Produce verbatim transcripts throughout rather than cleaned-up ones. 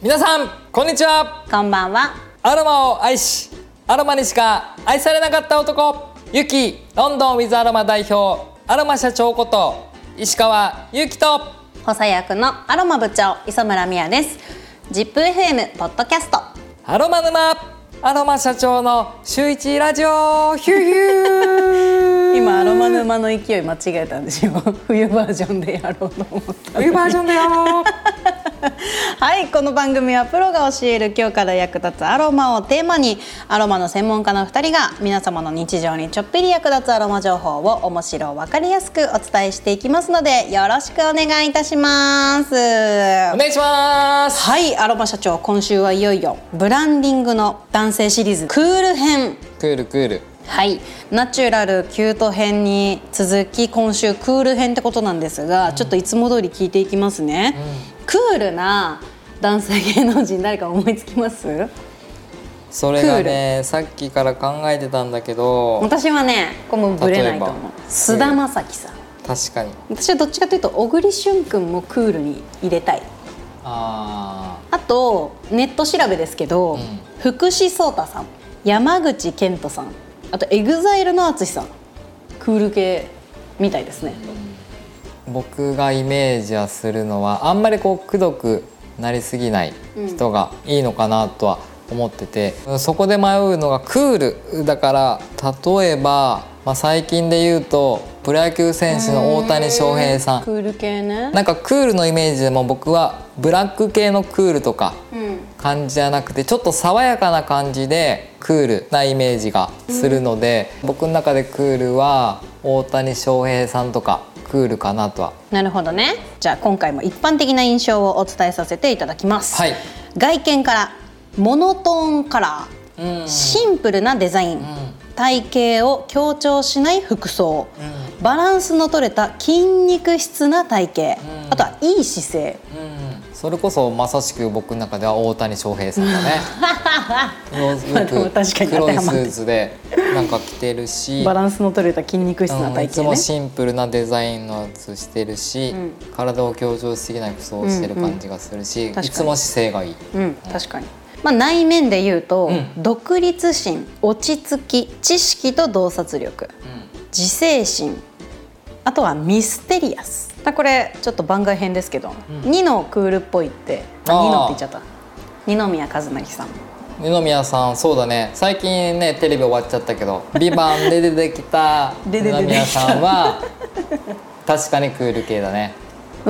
皆さんこんにちは。 こんばんは。 アロマを愛し、アロマにしか愛されなかった男、ゆきロンドンウィズアロマ代表、アロマ社長こと石川ゆきと補佐役のアロマ部長磯村美也です。 ジップエフエム ポッドキャストアロマ沼、アロマ社長の週一ラジオヒューヒュー今アロマ沼の勢い間違えたんですよ冬バージョンでやろうと思った冬バージョンだよはい、この番組はプロが教える今日から役立つアロマをテーマに、アロマの専門家のふたりが皆様の日常にちょっぴり役立つアロマ情報を面白分かりやすくお伝えしていきますので、よろしくお願いいたします。 お願いします。 はい、アロマ社長、今週はいよいよブランディングの男性シリーズクール編。 クールクール。 はい、ナチュラルキュート編に続き今週クール編ってことなんですが、うん、ちょっといつも通り聞いていきますね、うん、クールな男性芸能人誰か思いつきます？ それがね、さっきから考えてたんだけど、 私はねこれもブレないと思う。菅田将暉さん。 確かに。 私はどっちかというと小栗旬君もクールに入れたい。 ああとネット調べですけど、うん、福士蒼汰さん、山口健人さん、あとエグザイルのＡＴＳＵＳＨＩさん、クール系みたいですね。 僕がイメージはするのはあんまりこうくどくなりすぎない人がいいのかなとは思ってて、うん、そこで迷うのがクールだから、例えば、まあ、最近で言うとプロ野球選手の大谷翔平さん、 クール系ね。 なんかクールのイメージでも僕はブラック系のクールとか感じじゃなくて、ちょっと爽やかな感じでクールなイメージがするので、うん、僕の中でクールは大谷翔平さんとかクールかなとは。 なるほどね。じゃあ今回も一般的な印象をお伝えさせていただきます、 はい、 外見からモノトーンカラー、うん、シンプルなデザイン、うん、体型を強調しない服装、うん、バランスの取れた筋肉質な体型、うん、あとはいい姿勢、 うん、それこそまさしく僕の中では大谷翔平さんだねよく黒いスーツでなんか着てるしバランスの取れた筋肉質な体型ね、うん、 いつもシンプルなデザインのやつしてるし、うん、体を強調しすぎない服装をしてる感じがするし、うんうん、いつも姿勢がいい、 うんうん、確かに。まあ、内面で言うと、うん、独立心、落ち着き、知識と洞察力、うん、自制心、あとはミステリアス。これちょっと番外編ですけど、うん、ニノクールっぽいって、あ、ニノって言っちゃった。二宮和也さん。 二宮さん、そうだね。最近ねテレビ終わっちゃったけど、ビバンで出てきた二宮さんは確かにクール系だね。 うん、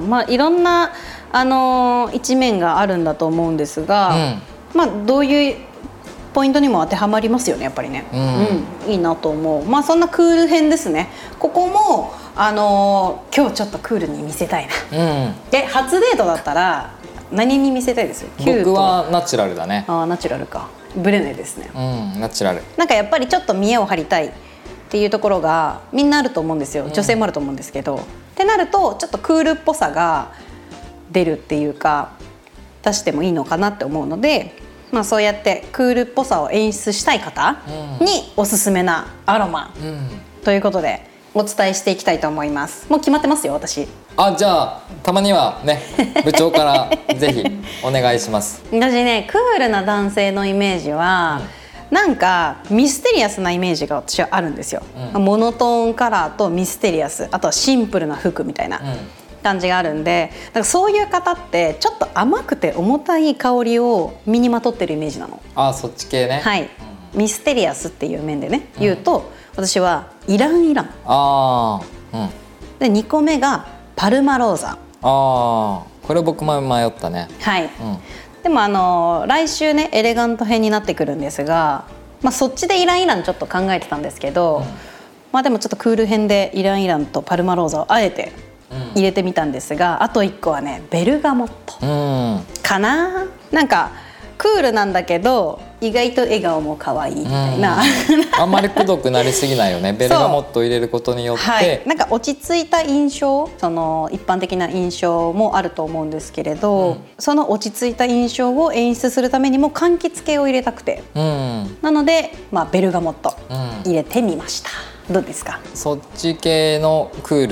まあいろんなあのー、一面があるんだと思うんですが、うん、まあどういうポイントにも当てはまりますよね、やっぱりね、うんうん、いいなと思う。まあそんなクール編ですね。ここもあのー、今日ちょっとクールに見せたいな、うん、で初デートだったら何に見せたいですよ？ 僕はナチュラルだね。 あ、ナチュラルか、ブレないですね、 うん、ナチュラル。 なんかやっぱりちょっと見栄を張りたいっていうところがみんなあると思うんですよ、女性もあると思うんですけど、うん、ってなるとちょっとクールっぽさが出るっていうか出してもいいのかなって思うので、まあ、そうやってクールっぽさを演出したい方におすすめなアロマ、うん、ということでお伝えしていきたいと思います。もう決まってますよ、私。 あ、じゃあたまにはね部長からぜひお願いします。 私ね、クールな男性のイメージは、うん、なんかミステリアスなイメージが私はあるんですよ、うん、モノトーンカラーとミステリアス、あとはシンプルな服みたいな、うん感じがあるんで、なんかそういう方ってちょっと甘くて重たい香りを身にまとってるイメージなの。 あ、そっち系ね。 はい、うん、ミステリアスっていう面でね、言うと、うん、私はイランイラン。 あ、うん、 でにこめがパルマローザ。 あ、これ僕も迷ったね。 はい、うん、でもあの来週ねエレガント編になってくるんですが、まあ、そっちでイランイランちょっと考えてたんですけど、うん、まあでもちょっとクール編でイランイランとパルマローザをあえて入れてみたんですが、あといっこはねベルガモット、うん、かな。なんかクールなんだけど意外と笑顔も可愛いみたいな、うん、 あんまりくどくなりすぎないよねベルガモットを入れることによって、はい、 なんか落ち着いた印象、その一般的な印象もあると思うんですけれど、うん、その落ち着いた印象を演出するためにも柑橘系を入れたくて、うん、なので、まあ、ベルガモット入れてみました、うん、どうですか？ そっち系のクール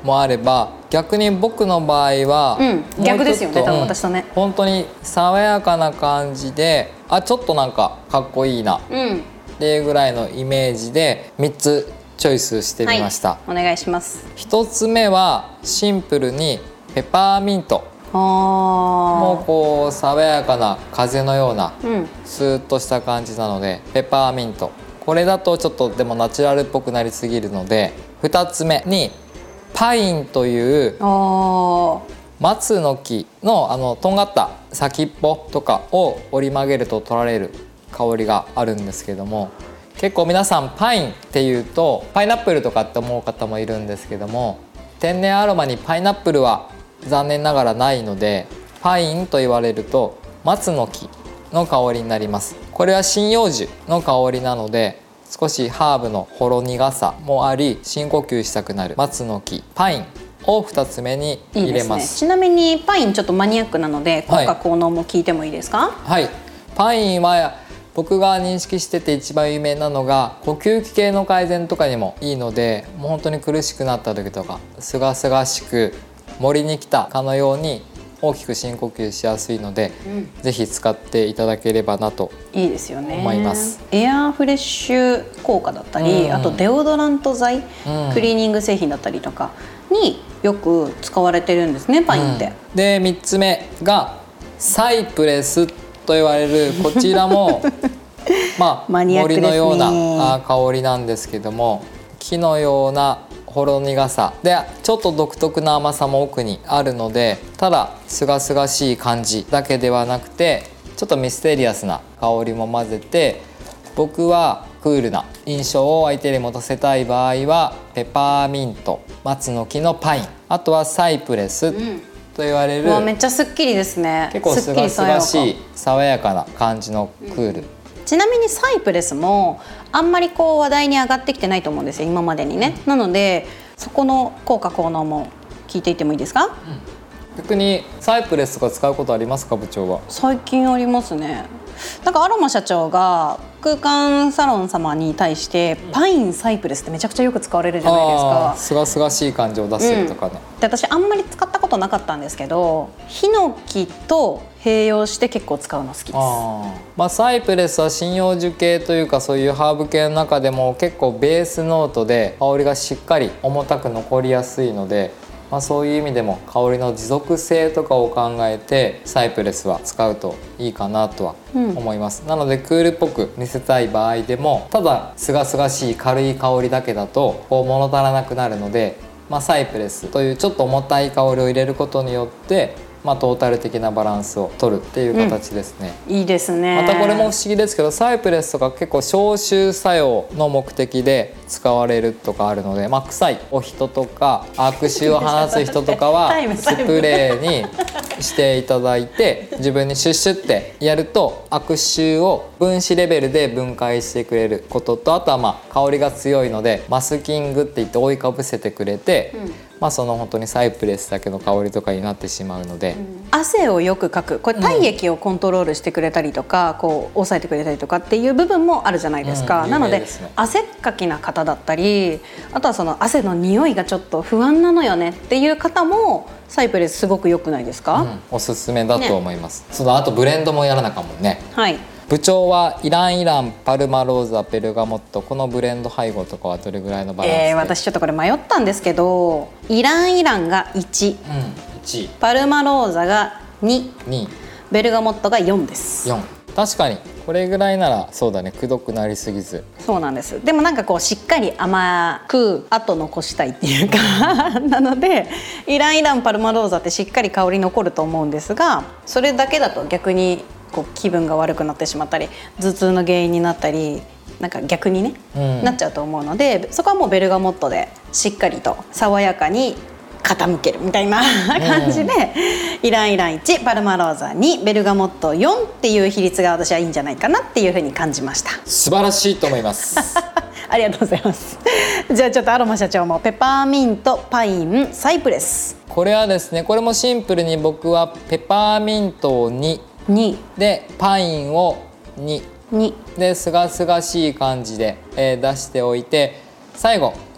もあれば、逆に僕の場合は、 うん、逆ですよね、多分私とね、 うん、本当に爽やかな感じで、あちょっとなんかかっこいいなっていうぐらいのイメージでみっつチョイスしてみました、 はい、お願いします。 ひとつめはシンプルにペパーミント。 あもうこう爽やかな風のような、 うん、 スーッとした感じなのでペパーミント。これだとちょっとでもナチュラルっぽくなりすぎるので、ふたつめにパインという松の木のあのとんがった先っぽとかを折り曲げると取られる香りがあるんですけども、結構皆さんパインっていうとパイナップルとかって思う方もいるんですけども、天然アロマにパイナップルは残念ながらないので、パインと言われると松の木の香りになります。これは針葉樹の香りなので、少しハーブのほろ苦さもあり深呼吸したくなる松の木パインをふたつめに入れます。 いいですね。ちなみにパインちょっとマニアックなので効果効能も聞いてもいいですか？ はい、はい、パインは僕が認識してて一番有名なのが呼吸器系の改善とかにもいいので、もう本当に苦しくなった時とかすがすがしく森に来たかのように大きく深呼吸しやすいので、うん、ぜひ使っていただければなといいですよね。 思います。 エアフレッシュ効果だったり、うん、あとデオドラント剤、うん、クリーニング製品だったりとかによく使われてるんですね、パインって、 うん、でみっつめがサイプレスと言われるこちらもまあ、森のような香りなんですけども、木のようなほろ苦さでちょっと独特な甘さも奥にあるので、ただすがすがしい感じだけではなくてちょっとミステリアスな香りも混ぜて、僕はクールな印象を相手に持たせたい場合はペパーミント、松の木のパイン、あとはサイプレスと言われる、 うん、めっちゃすっきりですね。 結構すがすがしい爽やかな感じのクール、うん、 ちなみにサイプレスもあんまりこう話題に上がってきてないと思うんですよ、今までにね、うん、なのでそこの効果効能も聞いていってもいいですか？うん、 逆にサイプレスとか使うことありますか、部長は？ 最近ありますね。なんかアロマ社長が空間サロン様に対してパインサイプレスってめちゃくちゃよく使われるじゃないですか。 すがすがしい感じを出せるとかね、 うん、で私あんまり使ったことなかったんですけど、ヒノキと併用して結構使うの好きです。 あ、まあ、サイプレスは針葉樹系というかそういうハーブ系の中でも結構ベースノートで香りがしっかり重たく残りやすいので、まあ、そういう意味でも香りの持続性とかを考えてサイプレスは使うといいかなとは思います、うん、なのでクールっぽく見せたい場合でも、ただすがすがしい軽い香りだけだとこう物足らなくなるので、まあ、サイプレスというちょっと重たい香りを入れることによってまあ、トータル的なバランスを取るっていう形ですね、 うん、いいですね。 またこれも不思議ですけど、サイプレスとか結構消臭作用の目的で使われるとかあるので、まあ、臭いお人とか悪臭を放つ人とかはスプレーにしていただいて自分にシュッシュってやると悪臭を分子レベルで分解してくれることと、あとはまあ香りが強いのでマスキングって言って覆いかぶせてくれて、うん、まあ、その本当にサイプレスだけの香りとかになってしまうので、うん、 汗をよくかく、これ体液をコントロールしてくれたりとか、うん、こう抑えてくれたりとかっていう部分もあるじゃないですか、うん、なので、ね、汗っかきな方だったり、あとはその汗の匂いがちょっと不安なのよねっていう方もサイプレスすごく良くないですか？うん、 おすすめだと思います、ね、そのあとブレンドもやらなかもね。 はい、 部長はイランイランパルマローザベルガモット、このブレンド配合とかはどれぐらいのバランスで？ えー、私ちょっとこれ迷ったんですけど、イランイランがいち、うん、いち、パルマローザがに、に、ベルガモットがよんです。よん、 確かにこれぐらいならそうだね、くどくなりすぎず。 そうなんです。でもなんかこうしっかり甘く後残したいっていうかなのでイランイランパルマローザってしっかり香り残ると思うんですが、それだけだと逆にこう気分が悪くなってしまったり頭痛の原因になったりなんか逆にね、うん、なっちゃうと思うので、そこはもうベルガモットでしっかりと爽やかに傾けるみたいな感じで、うん、イランイランいち、パルマローザに、ベルガモットよんっていう比率が私はいいんじゃないかなっていうふうに感じました。 素晴らしいと思いますありがとうございますじゃあちょっとアロマ社長もペパーミント、パイン、サイプレス、 これはですね、これもシンプルに僕はペパーミントをに、にでパインをに、にですがすがしい感じで、えー、出しておいて、最後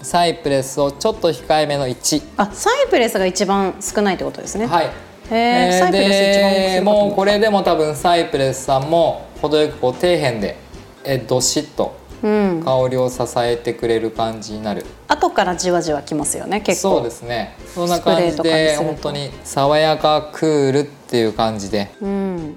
サイプレスをちょっと控えめのいち。 あ、サイプレスが一番少ないってことですね。 はい。 へえ、サイプレス一番多いでもうこれでも多分サイプレスさんも程よくこう底辺でえどしっと香りを支えてくれる感じになる、うん、 後からじわじわきますよね結構。 そうですね、そんな感じで本当に爽やかクールっていう感じで、うん、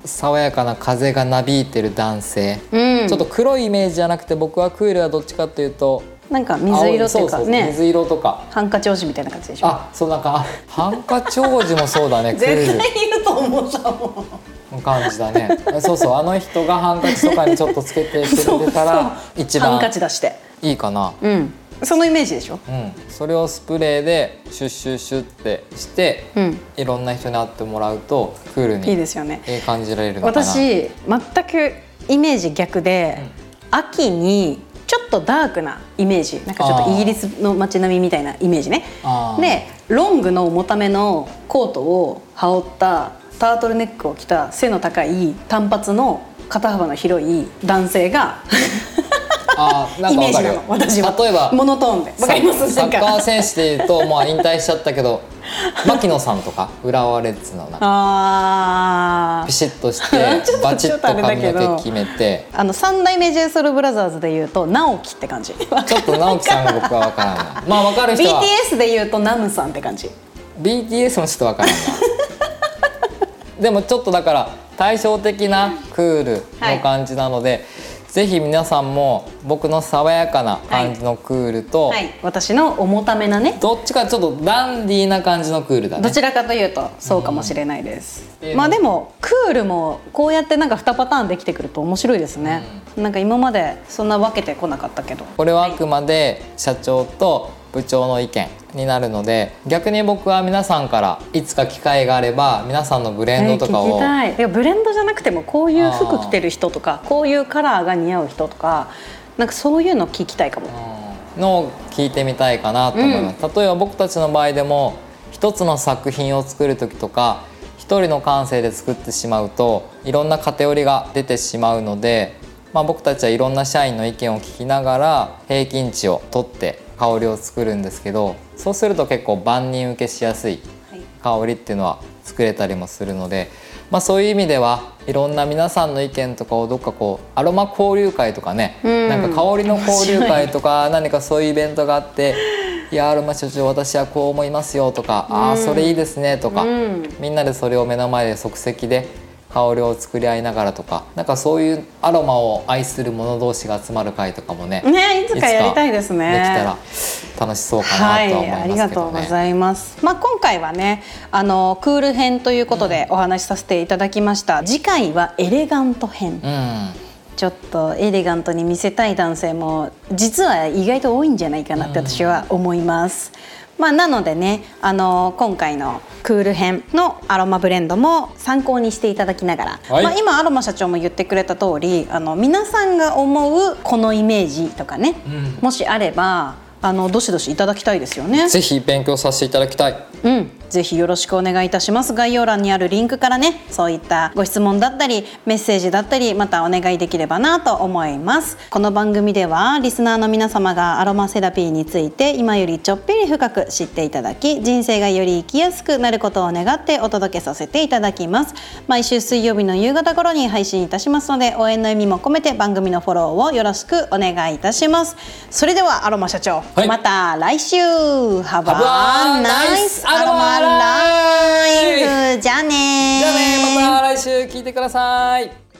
爽やかな風がなびいてる男性、うん、ちょっと黒いイメージじゃなくて、僕はクールはどっちかっていうとなんか水色っていうかね、そうそうそう水色とかハンカチ王子みたいな感じでしょ。 あ、そう、なんかハンカチ王子もそうだね。クール絶対言うと思ったもん感じだね。そうそう、あの人がハンカチとかにちょっとつけてくれてたら一番ハンカチ出していいかな。 うん、そのイメージでしょ。 うん、それをスプレーでシュッシュッシュってして、うん、いろんな人に会ってもらうとクールにいいですよね。 え感じられるのかな。 私全くイメージ逆で、うん、秋にちょっとダークなイメージ、なんかちょっとイギリスの街並みみたいなイメージね。でロングの重ためのコートを羽織ったタートルネックを着た背の高い単発の肩幅の広い男性があ、なんか分かる。 イメージなの私は。 例えばモノトーンで分かります。 サッカー選手でいうともう引退しちゃったけど牧野さんとか浦和レッズのなんかあピシッとしてバチッと髪の毛決めて、 あの三代目 ジェイソウルブラザーズでいうと直樹って感じ。ちょっと直樹さんが僕は分からない。まあ分かる人はビーティーエス でいうとナムさんって感じ。 ビーティーエス もちょっと分からないでもちょっとだから対照的なクールの感じなので、はい、ぜひ皆さんも僕の爽やかな感じのクールと、 はいはい、私の重ためなね、 どっちかちょっとダンディーな感じのクールだね。 どちらかというとそうかもしれないです、うん、まあでもクールもこうやってなんかにパターンできてくると面白いですね、うん、なんか今までそんな分けてこなかったけど、 これはあくまで社長と部長の意見になるので、逆に僕は皆さんからいつか機会があれば皆さんのブレンドとかを、 えー、聞きたい。いやブレンドじゃなくてもこういう服着てる人とかこういうカラーが似合う人とか、なんかそういうの聞きたいかも、 のを聞いてみたいかなと思います、うん、例えば僕たちの場合でも一つの作品を作る時とか一人の感性で作ってしまうといろんな偏りが出てしまうので、まあ、僕たちはいろんな社員の意見を聞きながら平均値を取って香りを作るんですけど、そうすると結構万人受けしやすい香りっていうのは作れたりもするので、まあ、そういう意味ではいろんな皆さんの意見とかをどっかこうアロマ交流会とかね、うん、なんか香りの交流会とか何かそういうイベントがあっていやアロマ社長私はこう思いますよとか、うん、ああそれいいですねとか、うん、みんなでそれを目の前で即席で香りを作り合いながらとか、なんかそういうアロマを愛する者同士が集まる会とかもね、 ねいつかやりたいですね。 できたら楽しそうかなとは思いますけどね。はい、ありがとうございます。まあ今回はね、あのクール編ということでお話しさせていただきました。うん、次回はエレガント編。うん、ちょっとエレガントに見せたい男性も実は意外と多いんじゃないかなって私は思います。まあ、なのでね、あの今回のクール編のアロマブレンドも参考にしていただきながら、はい、まあ、今アロマ社長も言ってくれた通り、あの皆さんが思うこのイメージとかね、うん、もしあればあのどしどしいただきたいですよね。 ぜひ勉強させていただきたい。 うん、ぜひよろしくお願いいたします。概要欄にあるリンクからね、そういったご質問だったりメッセージだったりまたお願いできればなと思います。この番組ではリスナーの皆様がアロマセラピーについて今よりちょっぴり深く知っていただき、人生がより生きやすくなることを願ってお届けさせていただきます。毎週水曜日の夕方頃に配信いたしますので、応援の意味も込めて番組のフォローをよろしくお願いいたします。それではアロマ社長、はい、また来週 Have a nice アロマライフ。じゃあねじゃあねまた来週聞いてください。